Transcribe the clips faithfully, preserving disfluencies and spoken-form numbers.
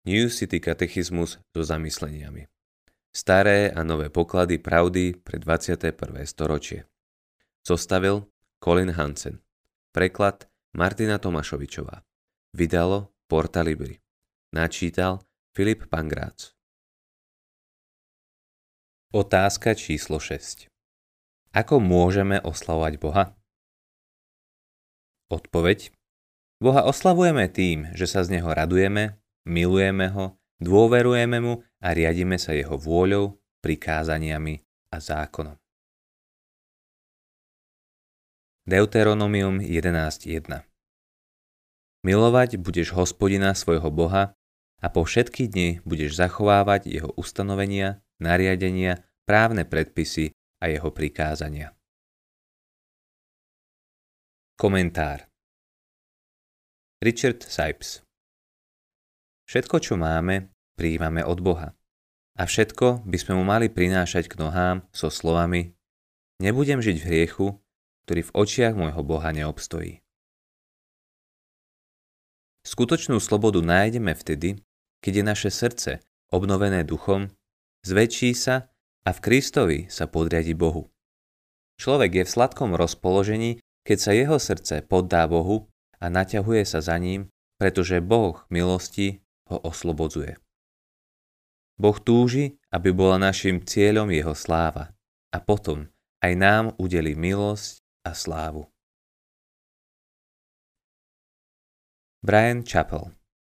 New City katechizmus so zamysleniami. Staré a nové poklady pravdy pre dvadsiate prvé storočie. Zostavil Colin Hansen. Preklad Martina Tomášovičová. Vydalo Porta Libri. Načítal Filip Pangrác. Otázka číslo šesť. Ako môžeme oslavovať Boha? Odpoveď. Boha oslavujeme tým, že sa z Neho radujeme, milujeme Ho, dôverujeme Mu a riadime sa Jeho vôľou, prikázaniami a zákonom. Deuteronomium jedenásť jedna. Milovať budeš Hospodina svojho Boha a po všetky dni budeš zachovávať Jeho ustanovenia, nariadenia, právne predpisy a Jeho prikázania. Komentár. Richard Sipes. Všetko, čo máme, prijímame od Boha. A všetko by sme mu mali prinášať k nohám so slovami: Nebudem žiť v hriechu, ktorý v očiach môjho Boha neobstojí. Skutočnú slobodu nájdeme vtedy, keď je naše srdce, obnovené duchom, zväčší sa a v Kristovi sa podriadi Bohu. Človek je v sladkom rozpoložení, keď sa jeho srdce poddá Bohu a naťahuje sa za ním, pretože Boh milosti ho oslobodzuje. Boh túži, aby bola našim cieľom jeho sláva a potom aj nám udeli milosť a slávu. Bryan Chapell.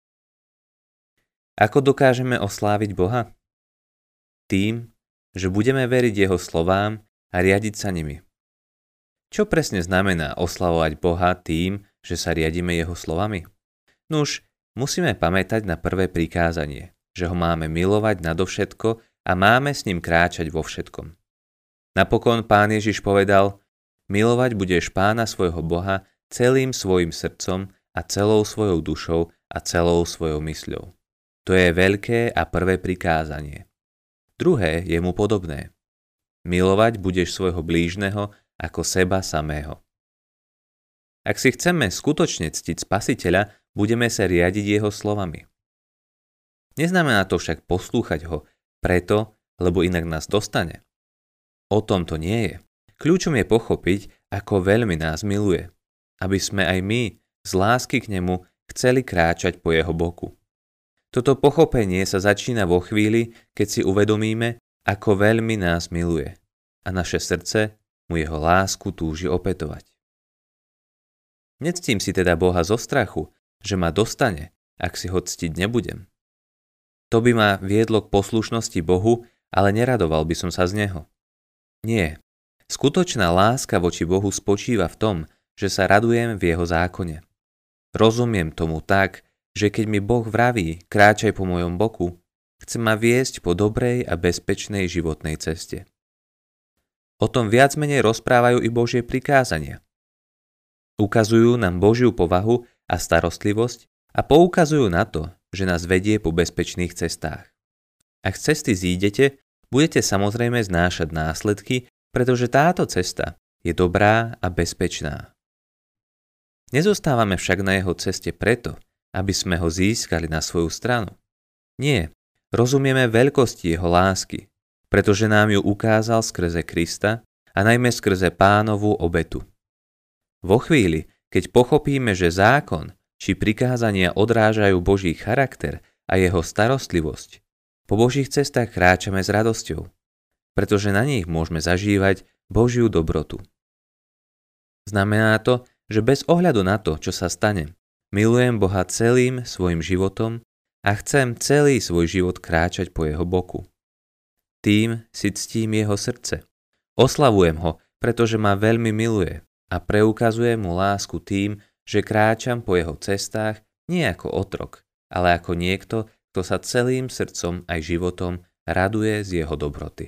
Ako dokážeme osláviť Boha? Tým, že budeme veriť jeho slovám a riadiť sa nimi. Čo presne znamená oslavovať Boha tým, že sa riadime jeho slovami? Nuž, musíme pamätať na prvé prikázanie, že ho máme milovať nadovšetko a máme s ním kráčať vo všetkom. Napokon Pán Ježiš povedal: Milovať budeš Pána svojho Boha celým svojim srdcom a celou svojou dušou a celou svojou mysľou. To je veľké a prvé prikázanie. Druhé je mu podobné. Milovať budeš svojho blížneho ako seba samého. Ak si chceme skutočne ctiť Spasiteľa, budeme sa riadiť jeho slovami. Neznamená to však poslúchať ho preto, lebo inak nás dostane. O tom to nie je. Kľúčom je pochopiť, ako veľmi nás miluje, aby sme aj my z lásky k nemu chceli kráčať po jeho boku. Toto pochopenie sa začína vo chvíli, keď si uvedomíme, ako veľmi nás miluje a naše srdce mu jeho lásku túži opätovať. Nectím si teda Boha zo strachu, že ma dostane, ak si ho ctiť nebudem. To by ma viedlo k poslušnosti Bohu, ale neradoval by som sa z neho. Nie. Skutočná láska voči Bohu spočíva v tom, že sa radujem v jeho zákone. Rozumiem tomu tak, že keď mi Boh vraví: kráčaj po mojom boku, chce ma viesť po dobrej a bezpečnej životnej ceste. O tom viac menej rozprávajú i Božie prikázania. Ukazujú nám Božiu povahu a starostlivosť a poukazujú na to, že nás vedie po bezpečných cestách. Ak z cesty zídete, budete samozrejme znášať následky, pretože táto cesta je dobrá a bezpečná. Nezostávame však na jeho ceste preto, aby sme ho získali na svoju stranu. Nie, rozumieme veľkosti jeho lásky, pretože nám ju ukázal skrze Krista a najmä skrze Pánovu obetu. Vo chvíli, keď pochopíme, že zákon či prikázania odrážajú Boží charakter a jeho starostlivosť, po Božích cestách kráčame s radosťou, pretože na nich môžeme zažívať Božiu dobrotu. Znamená to, že bez ohľadu na to, čo sa stane, milujem Boha celým svojim životom a chcem celý svoj život kráčať po jeho boku. Tým si ctím jeho srdce. Oslavujem ho, pretože ma veľmi miluje a preukazujem mu lásku tým, že kráčam po jeho cestách nie ako otrok, ale ako niekto, kto sa celým srdcom aj životom raduje z jeho dobroty.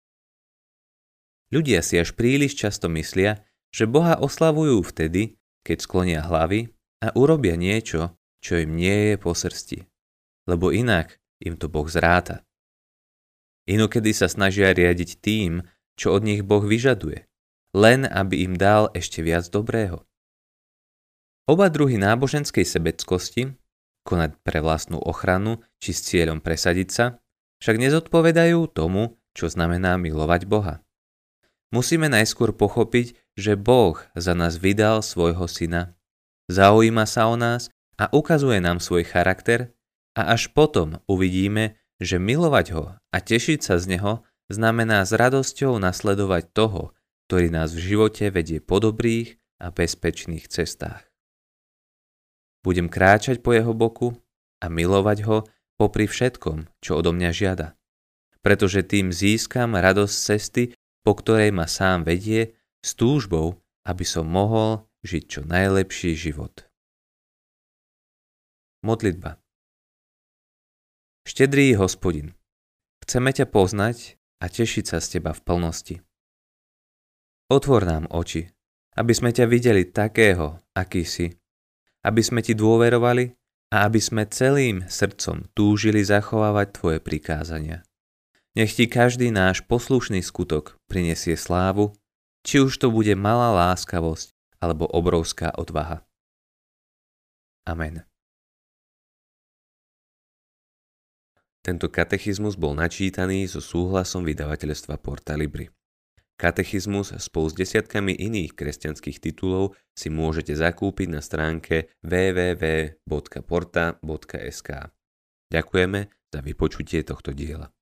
Ľudia si až príliš často myslia, že Boha oslavujú vtedy, keď sklonia hlavy a urobia niečo, čo im nie je po srsti, lebo inak im to Boh zráta. Inokedy sa snažia riadiť tým, čo od nich Boh vyžaduje, len aby im dal ešte viac dobrého. Oba druhy náboženskej sebeckosti, konať pre vlastnú ochranu či s cieľom presadiť sa, však nezodpovedajú tomu, čo znamená milovať Boha. Musíme najskôr pochopiť, že Boh za nás vydal svojho syna, zaujíma sa o nás a ukazuje nám svoj charakter a až potom uvidíme, že milovať ho a tešiť sa z neho znamená s radosťou nasledovať toho, ktorý nás v živote vedie po dobrých a bezpečných cestách. Budem kráčať po jeho boku a milovať ho popri všetkom, čo odo mňa žiada, pretože tým získam radosť cesty, po ktorej ma sám vedie, s túžbou, aby som mohol žiť čo najlepší život. Modlitba. Štedrý Hospodin, chceme ťa poznať a tešiť sa z teba v plnosti. Otvor nám oči, aby sme ťa videli takého, aký si, aby sme ti dôverovali a aby sme celým srdcom túžili zachovávať tvoje prikázania. Nech ti každý náš poslušný skutok prinesie slávu, či už to bude malá láskavosť alebo obrovská odvaha. Amen. Tento katechizmus bol načítaný so súhlasom vydavateľstva Porta Libri. Katechizmus spolu s desiatkami iných kresťanských titulov si môžete zakúpiť na stránke w w w bodka porta bodka es ká. Ďakujeme za vypočutie tohto diela.